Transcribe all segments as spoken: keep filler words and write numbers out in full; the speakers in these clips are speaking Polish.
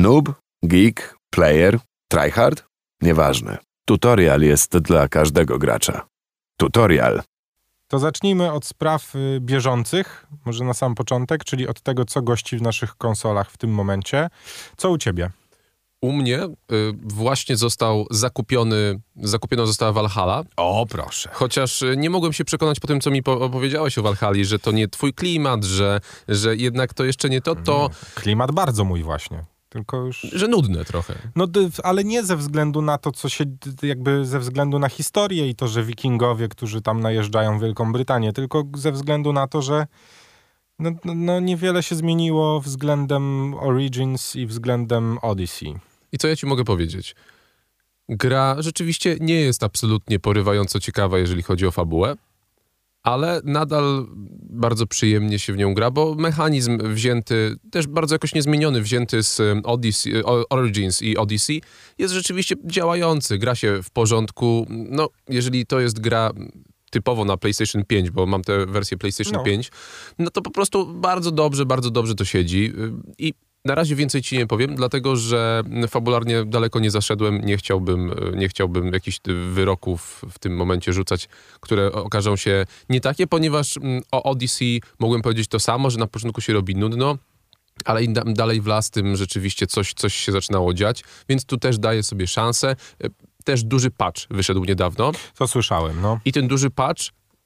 Noob, geek, player, tryhard? Nieważne. Tutorial jest dla każdego gracza. Tutorial. To zacznijmy od spraw y, bieżących, może na sam początek, czyli od tego, co gości w naszych konsolach w tym momencie. Co u ciebie? U mnie y, właśnie został zakupiony, zakupiona została Valhalla. O, proszę. Chociaż y, nie mogłem się przekonać po tym, co mi po- opowiedziałeś o Valhalli, że to nie twój klimat, że, że jednak to jeszcze nie to, to... Klimat bardzo mój właśnie. Tylko już... Że nudne trochę. No, d- ale nie ze względu na to, co się, d- jakby ze względu na historię i to, że wikingowie, którzy tam najeżdżają w Wielką Brytanię, tylko ze względu na to, że no, no, no niewiele się zmieniło względem Origins i względem Odyssey. I co ja ci mogę powiedzieć? Gra rzeczywiście nie jest absolutnie porywająco ciekawa, jeżeli chodzi o fabułę, ale nadal bardzo przyjemnie się w nią gra, bo mechanizm wzięty, też bardzo jakoś niezmieniony, wzięty z Odyssey, Origins i Odyssey, jest rzeczywiście działający. Gra się w porządku. No, jeżeli to jest gra typowo na PlayStation pięć, bo mam tę wersję PlayStation No. pięć, no to po prostu bardzo dobrze, bardzo dobrze to siedzi. I na razie więcej ci nie powiem, dlatego że fabularnie daleko nie zaszedłem, nie chciałbym, nie chciałbym jakichś wyroków w tym momencie rzucać, które okażą się nie takie, ponieważ o Odyssey mogłem powiedzieć to samo, że na początku się robi nudno, ale im da- dalej w las, tym rzeczywiście coś, coś się zaczynało dziać, więc tu też daję sobie szansę. Też duży patch wyszedł niedawno To słyszałem, no. i ten duży patch,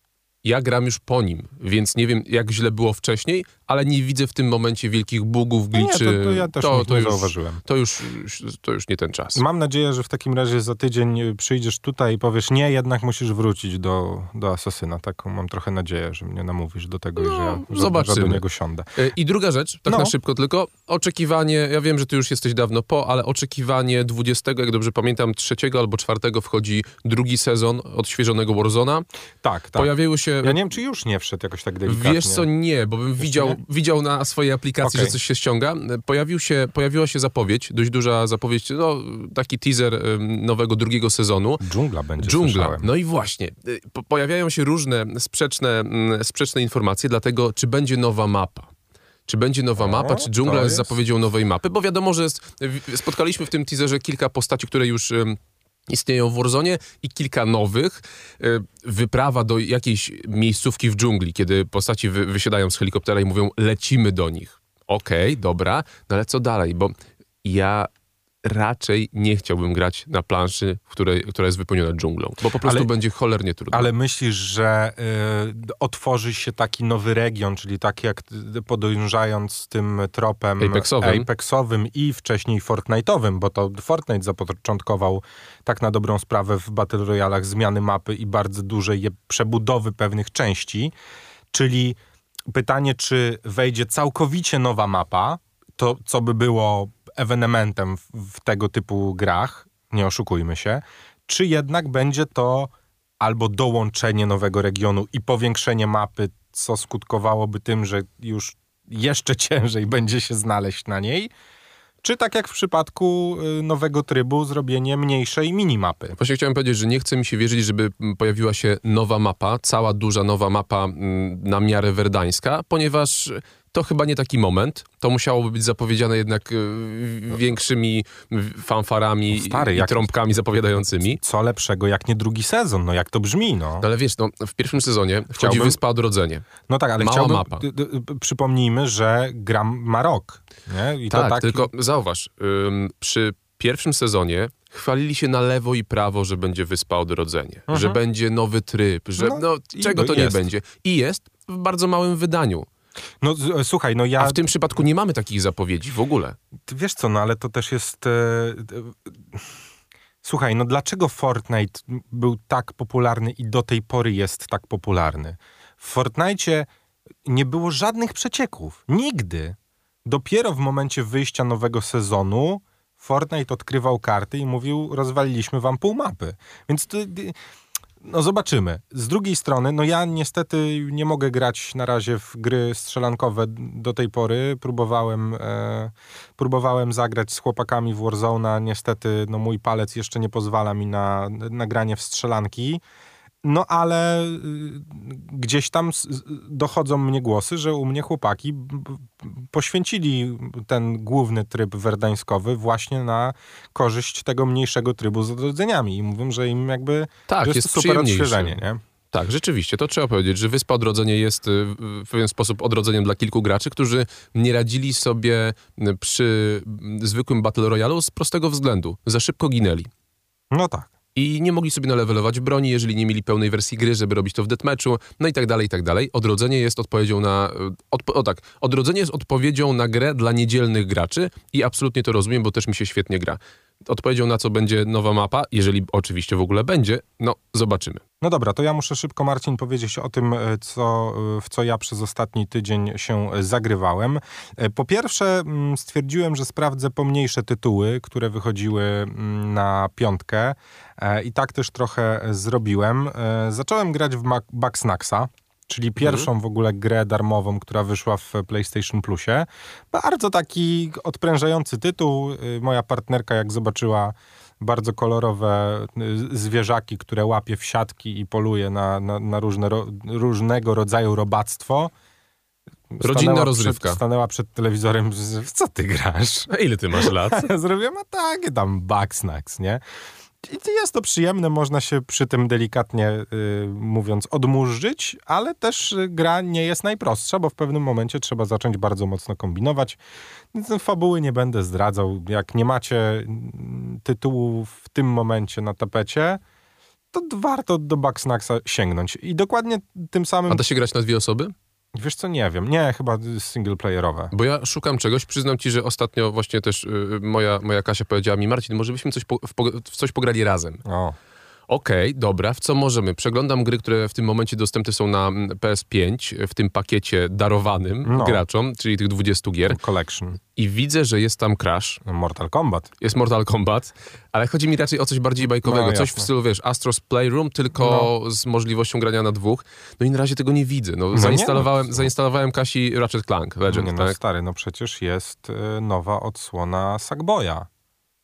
ja gram już po nim, więc nie wiem, jak źle było wcześniej, ale nie widzę w tym momencie wielkich bugów, No nie, glitchy. to, to ja też to, nie, to nie już, zauważyłem. To już, to już nie ten czas. Mam nadzieję, że w takim razie za tydzień przyjdziesz tutaj i powiesz, nie, jednak musisz wrócić do, do Asasyna. Taką mam trochę nadzieję, że mnie namówisz do tego, No, i że ja że, zobaczymy. że do niego siądę. I druga rzecz, tak No. na szybko tylko, oczekiwanie, ja wiem, że ty już jesteś dawno po, ale oczekiwanie dwudziestego, jak dobrze pamiętam, trzeciego albo czwartego wchodzi drugi sezon odświeżonego Warzona. Tak, tak. Pojawiły się... Ja nie wiem, czy już nie wszedł jakoś tak delikatnie. Wiesz co, nie, bo bym widział, nie? widział na swojej aplikacji, Okej. że coś się ściąga. Pojawił się, pojawiła się zapowiedź, dość duża zapowiedź, no, taki teaser ym, nowego drugiego sezonu. Dżungla będzie, Dżungla. słyszałem. No i właśnie, y, po, pojawiają się różne sprzeczne, mm, sprzeczne informacje, dlatego czy będzie nowa mapa. Czy będzie nowa O, mapa, czy dżungla to jest jest- zapowiedzią nowej mapy? Bo wiadomo, że jest, w- spotkaliśmy w tym teaserze kilka postaci, które już ym, istnieją w Warzone i kilka nowych. Y, Wyprawa do jakiejś miejscówki w dżungli, kiedy postaci wy, wysiadają z helikoptera i mówią, lecimy do nich. Okej, dobra, no ale co dalej? Bo ja raczej nie chciałbym grać na planszy, w której, która jest wypełniona dżunglą, bo po prostu Ale- będzie cholernie trudno. Ale myślisz, że y, otworzy się taki nowy region, czyli tak jak y, podążając tym tropem Apexowym. Apexowym i wcześniej Fortnite'owym, bo to Fortnite zapoczątkował tak na dobrą sprawę w Battle Royalach zmiany mapy i bardzo dużej je- przebudowy pewnych części, czyli pytanie, czy wejdzie całkowicie nowa mapa, to co by było ewenementem w, w tego typu grach, nie oszukujmy się, czy jednak będzie to albo dołączenie nowego regionu i powiększenie mapy, co skutkowałoby tym, że już jeszcze ciężej będzie się znaleźć na niej, czy tak jak w przypadku y, nowego trybu, zrobienie mniejszej minimapy. Właśnie chciałem powiedzieć, że nie chce mi się wierzyć, żeby mm, pojawiła się nowa mapa, cała duża nowa mapa mm, na miarę werdańska, ponieważ to chyba nie taki moment. To musiałoby być zapowiedziane jednak y, większymi y, fanfarami No stary, i, jak- i trąbkami zapowiadającymi. Co lepszego jak nie drugi sezon, no jak to brzmi, no. No ale wiesz, no, w pierwszym sezonie wchodzi Chciałbym- Wyspa Odrodzenie. No tak, ale Mała chciałbym, mapa. d- d- d- przypomnijmy, że gram ma rok, nie? I Tak, to tak, tylko zauważ, ym, przy pierwszym sezonie chwalili się na lewo i prawo, że będzie Wyspa Odrodzenie, że będzie nowy tryb, że No, no, i czego to to nie jest. będzie. I jest w bardzo małym wydaniu. No z- słuchaj, no ja... A w tym przypadku nie mamy takich zapowiedzi w ogóle. Ty wiesz co, no ale to też jest... E, e, słuchaj, no dlaczego Fortnite był tak popularny i do tej pory jest tak popularny? W Fortnite'cie nie było żadnych przecieków. Nigdy. Dopiero w momencie wyjścia nowego sezonu Fortnite odkrywał karty i mówił, rozwaliliśmy wam pół mapy. Więc to... No zobaczymy. Z drugiej strony, no ja niestety nie mogę grać na razie w gry strzelankowe do tej pory. Próbowałem, e, próbowałem zagrać z chłopakami w Warzone'a. Niestety no mój palec jeszcze nie pozwala mi na, na granie w strzelanki. No ale y, gdzieś tam s, dochodzą mnie głosy, że u mnie chłopaki b, b, poświęcili ten główny tryb werdańskowy właśnie na korzyść tego mniejszego trybu z odrodzeniami. I mówią, że im jakby Tak, że jest to super przyjemniejszy. odświeżenie, nie? Tak, rzeczywiście, to trzeba powiedzieć, że Wyspa Odrodzenie jest y, w pewien sposób odrodzeniem dla kilku graczy, którzy nie radzili sobie przy zwykłym Battle Royale z prostego względu. Za szybko ginęli. No tak. I nie mogli sobie nalewelować broni, jeżeli nie mieli pełnej wersji gry, żeby robić to w deathmatchu, no i tak dalej, i tak dalej. Odrodzenie jest odpowiedzią na... Odpo- o tak, odrodzenie jest odpowiedzią na grę dla niedzielnych graczy i absolutnie to rozumiem, bo też mi się świetnie gra. Odpowiedzią na co będzie nowa mapa, jeżeli oczywiście w ogóle będzie, no zobaczymy. No dobra, to ja muszę szybko, Marcin, powiedzieć o tym, co, w co ja przez ostatni tydzień się zagrywałem. Po pierwsze stwierdziłem, że sprawdzę pomniejsze tytuły, które wychodziły na piątkę i tak też trochę zrobiłem. Zacząłem grać w Bugsnaxa, czyli pierwszą w ogóle grę darmową, która wyszła w PlayStation Plusie. Bardzo taki odprężający tytuł. Moja partnerka, jak zobaczyła bardzo kolorowe zwierzaki, które łapie w siatki i poluje na, na, na różne, ro, różnego rodzaju robactwo. Rodzinna rozrywka. Przed, stanęła przed telewizorem, w co ty grasz? A ile ty masz lat? Ja zrobiłem, a takie tam Bugsnax, nie? I jest to przyjemne, można się przy tym delikatnie y, mówiąc odmurzyć, ale też gra nie jest najprostsza, bo w pewnym momencie trzeba zacząć bardzo mocno kombinować. Więc fabuły nie będę zdradzał. Jak nie macie tytułu w tym momencie na tapecie, to warto do Bugsnaxa sięgnąć. I dokładnie tym samym... A da się grać na dwie osoby? Wiesz co, nie wiem. Nie, chyba singleplayerowe. Bo ja szukam czegoś, przyznam ci, że ostatnio właśnie też y, moja, moja Kasia powiedziała mi, Marcin, może byśmy coś po, w, w coś pograli razem. O. Okej, okay, dobra, w co możemy? Przeglądam gry, które w tym momencie dostępne są na P S pięć, w tym pakiecie darowanym no. graczom, czyli tych dwudziestu gier. Collection. I widzę, że jest tam Crash. Mortal Kombat. Jest Mortal Kombat, ale chodzi mi raczej o coś bardziej bajkowego. No, coś jasne. w stylu, wiesz, Astro's Playroom, tylko no. z możliwością grania na dwóch. No i na razie tego nie widzę. No, no zainstalowałem, nie, no. zainstalowałem Kasi Ratchet Clank Legend, nie, no, tak? stary, no przecież jest y, nowa odsłona Sackboya. Okej.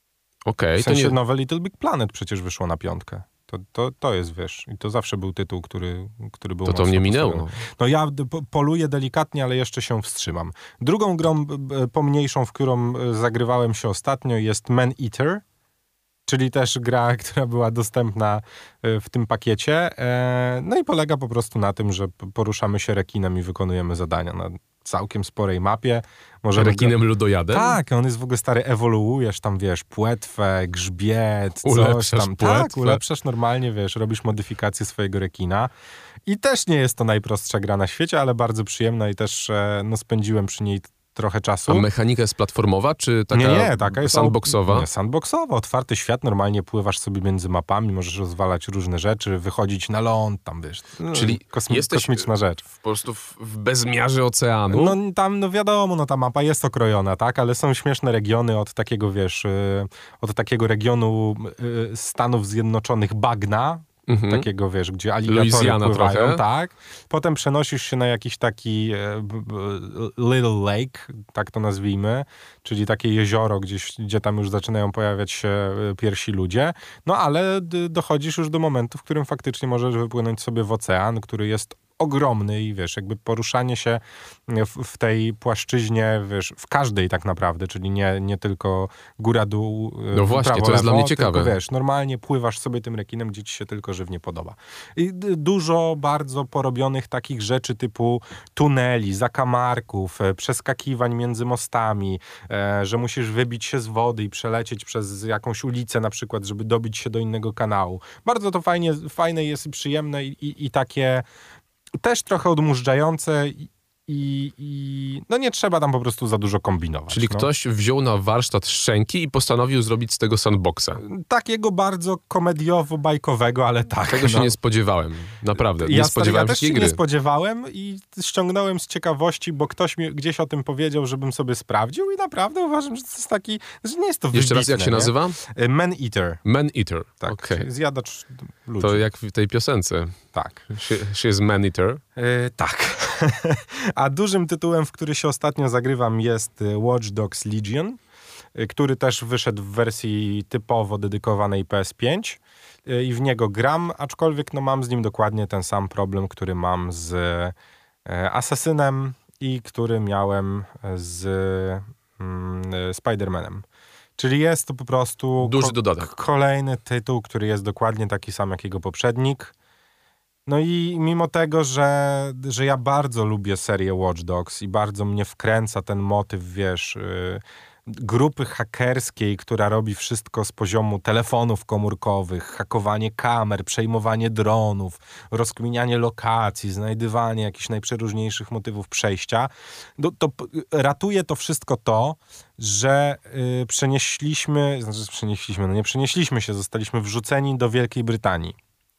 Okay, w sensie to nie... nowe Little Big Planet przecież wyszło na piątkę. To, to, to jest, wiesz, i to zawsze był tytuł, który, który był To to mnie minęło. postawiony. No ja po, poluję delikatnie, ale jeszcze się wstrzymam. Drugą grą b, pomniejszą, w którą zagrywałem się ostatnio, jest Man Eater, czyli też gra, która była dostępna w tym pakiecie. No i polega po prostu na tym, że poruszamy się rekinem i wykonujemy zadania na całkiem sporej mapie. Możemy rekinem go... ludojadem? Tak, on jest w ogóle stary, ewoluujesz tam, wiesz, płetwę, grzbiet, ulepszasz coś tam. Płetwę. Tak, ulepszasz normalnie, wiesz, robisz modyfikację swojego rekina. I też nie jest to najprostsza gra na świecie, ale bardzo przyjemna i też no, spędziłem przy niej trochę czasu. A mechanika jest platformowa, czy taka, nie, nie, taka jest sandboxowa? Nie, sandboxowa, otwarty świat, normalnie pływasz sobie między mapami, możesz rozwalać różne rzeczy, wychodzić na ląd, tam wiesz, czyli kosmi- jesteś kosmiczna rzecz. Po prostu w, w bezmiarze oceanu? No tam, no wiadomo, no ta mapa jest okrojona, tak, ale są śmieszne regiony od takiego, wiesz, od takiego regionu Stanów Zjednoczonych bagna, Mhm. takiego, wiesz, gdzie aligatory Louisiana pływają, trochę. tak. Potem przenosisz się na jakiś taki e, b, b, little lake, tak to nazwijmy, czyli takie jezioro, gdzieś, gdzie tam już zaczynają pojawiać się pierwsi ludzie, no ale d- dochodzisz już do momentu, w którym faktycznie możesz wypłynąć sobie w ocean, który jest ogromny i wiesz, jakby poruszanie się w, w tej płaszczyźnie, wiesz, w każdej tak naprawdę, czyli nie, nie tylko góra-dół, no właśnie, prawo, to jest lewo, dla mnie ciekawe. Tylko, wiesz, normalnie pływasz sobie tym rekinem, gdzie ci się tylko żywnie podoba. I dużo bardzo porobionych takich rzeczy typu tuneli, zakamarków, przeskakiwań między mostami, e, że musisz wybić się z wody i przelecieć przez jakąś ulicę na przykład, żeby dobić się do innego kanału. Bardzo to fajnie, fajne jest i przyjemne i, i, i takie też trochę odmurzające i, i, i no nie trzeba tam po prostu za dużo kombinować. Czyli no. ktoś wziął na warsztat szczęki i postanowił zrobić z tego sandboxa. Takiego bardzo komediowo-bajkowego, ale tak. Tego się no. nie spodziewałem. Naprawdę. Ja, nie spodziewałem ja też się gry. nie spodziewałem i ściągnąłem z ciekawości, bo ktoś mi gdzieś o tym powiedział, żebym sobie sprawdził i naprawdę uważam, że to jest taki, że nie jest to wybitne. Jeszcze raz, jak się nie? nazywa? Man Eater. Man Eater. Tak, okay. Zjadacz ludzi. To jak w tej piosence. Tak. She, she is Man Eater. Yy, tak. A dużym tytułem, w który się ostatnio zagrywam, jest Watch Dogs Legion. który też wyszedł w wersji typowo dedykowanej P S pięć i w niego gram, aczkolwiek no, mam z nim dokładnie ten sam problem, który mam z Assassinem i który miałem z mm, Spider-Manem. Czyli jest to po prostu duży ko- dodatek. Kolejny tytuł, który jest dokładnie taki sam jak jego poprzednik. No i mimo tego, że, że ja bardzo lubię serię Watch Dogs i bardzo mnie wkręca ten motyw, wiesz, yy, grupy hakerskiej, która robi wszystko z poziomu telefonów komórkowych, hakowanie kamer, przejmowanie dronów, rozkminianie lokacji, znajdywanie jakichś najprzeróżniejszych motywów przejścia, to, to ratuje to wszystko to, że yy, przenieśliśmy, znaczy przenieśliśmy, no nie przenieśliśmy się, zostaliśmy wrzuceni do Wielkiej Brytanii.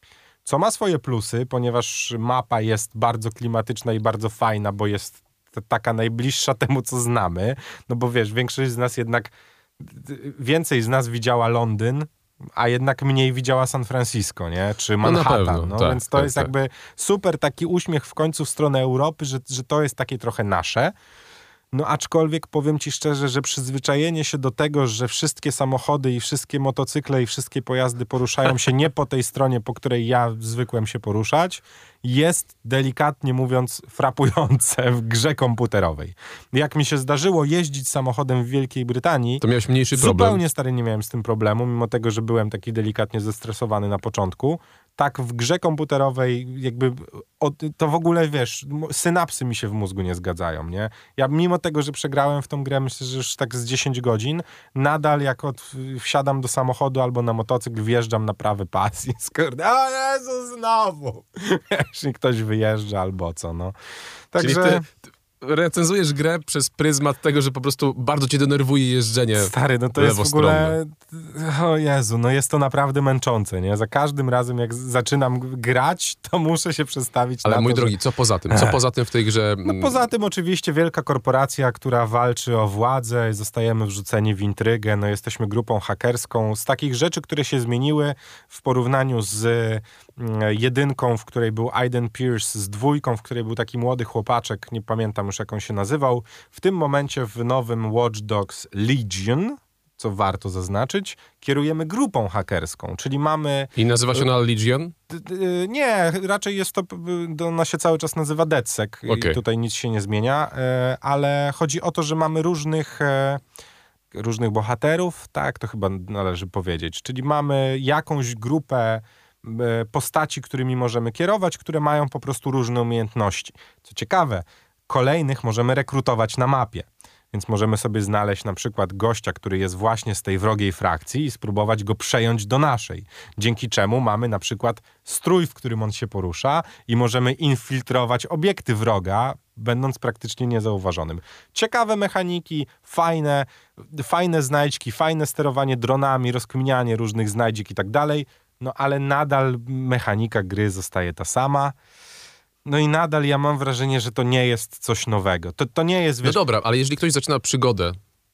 Co ma swoje plusy, ponieważ mapa jest bardzo klimatyczna i bardzo fajna, bo jest t- taka najbliższa temu, co znamy. No bo wiesz, większość z nas jednak, więcej z nas widziała Londyn, a jednak mniej widziała San Francisco, nie? Czy Manhattan. No, no tak, więc to tak, jest tak. jakby super taki uśmiech w końcu w stronę Europy, że, że to jest takie trochę nasze. No aczkolwiek powiem ci szczerze, że przyzwyczajenie się do tego, że wszystkie samochody i wszystkie motocykle i wszystkie pojazdy poruszają się nie po tej stronie, po której ja zwykłem się poruszać, jest delikatnie mówiąc frapujące w grze komputerowej. Jak mi się zdarzyło jeździć samochodem w Wielkiej Brytanii, To miałeś mniejszy problem. zupełnie stary nie miałem z tym problemu, mimo tego, że byłem taki delikatnie zestresowany na początku. Tak w grze komputerowej jakby o, to w ogóle, wiesz, synapsy mi się w mózgu nie zgadzają, nie? Ja mimo tego, że przegrałem w tą grę, myślę, że już tak z dziesięć godzin, nadal jak od, wsiadam do samochodu albo na motocykl, wjeżdżam na prawy pas i skurde, o Jezu, znowu! Wiesz, i ktoś wyjeżdża albo co, no. Czyli Także... ty recenzujesz grę przez pryzmat tego, że po prostu bardzo cię denerwuje jeżdżenie. Stary, no to jest w ogóle... O Jezu, no jest to naprawdę męczące, nie? Za każdym razem, jak zaczynam grać, to muszę się przestawić Ale na mój to, drogi, że... co poza tym? Co poza tym w tej grze? No poza tym oczywiście wielka korporacja, która walczy o władzę, zostajemy wrzuceni w intrygę, no jesteśmy grupą hakerską. Z takich rzeczy, które się zmieniły w porównaniu z jedynką, w której był Aiden Pierce, z dwójką, w której był taki młody chłopaczek, nie pamiętam już jak on się nazywał. W tym momencie w nowym Watch Dogs Legion, co warto zaznaczyć, kierujemy grupą hakerską, czyli mamy... I nazywa się ona Legion? Nie, raczej jest to, ona się cały czas nazywa DedSec Okay. i tutaj nic się nie zmienia, ale chodzi o to, że mamy różnych... różnych bohaterów, tak, to chyba należy powiedzieć, czyli mamy jakąś grupę postaci, którymi możemy kierować, które mają po prostu różne umiejętności. Co ciekawe, kolejnych możemy rekrutować na mapie. Więc możemy sobie znaleźć na przykład gościa, który jest właśnie z tej wrogiej frakcji i spróbować go przejąć do naszej. Dzięki czemu mamy na przykład strój, w którym on się porusza i możemy infiltrować obiekty wroga, będąc praktycznie niezauważonym. Ciekawe mechaniki, fajne, fajne znajdźki, fajne sterowanie dronami, rozkminianie różnych znajdziek i tak dalej, no ale nadal mechanika gry zostaje ta sama. No i nadal ja mam wrażenie, że to nie jest coś nowego. To, to nie jest, wiesz... No dobra, ale jeżeli ktoś zaczyna przygodę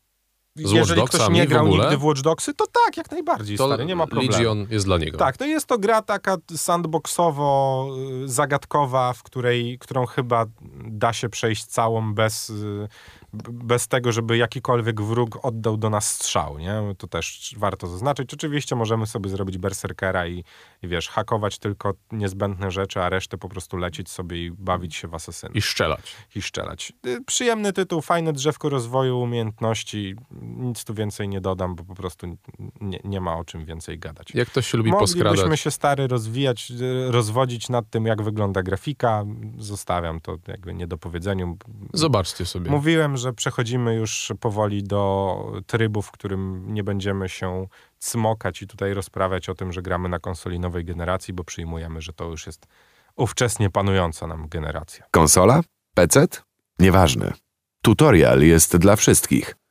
z Watch jeżeli ktoś Dogsami nie w grał ogóle, nigdy w Watch Dogsy, to tak, jak najbardziej, to stary, nie ma problemu. Legion jest dla niego. Tak, to jest to gra taka sandboxowo y, zagadkowa, w której, którą chyba da się przejść całą bez, y, bez tego, żeby jakikolwiek wróg oddał do nas strzał, nie? To też warto zaznaczyć. Oczywiście możemy sobie zrobić berserkera i, i wiesz, hakować tylko niezbędne rzeczy, a resztę po prostu lecieć sobie i bawić się w asesyna. I strzelać. I strzelać. Y, Przyjemny tytuł, fajne drzewko rozwoju umiejętności. Nic tu więcej nie dodam, bo po prostu nie, nie ma o czym więcej gadać. Jak ktoś się lubi Moglibyśmy poskradać. się stary rozwijać, y, rozwodzić nad tym, jak wygląda grafika. Zostawiam to jakby niedopowiedzeniu. Zobaczcie sobie. Mówiłem, że przechodzimy już powoli do trybu, w którym nie będziemy się cmokać i tutaj rozprawiać o tym, że gramy na konsoli nowej generacji, bo przyjmujemy, że to już jest ówczesnie panująca nam generacja. Konsola? P C? Nieważne. Tutorial jest dla wszystkich.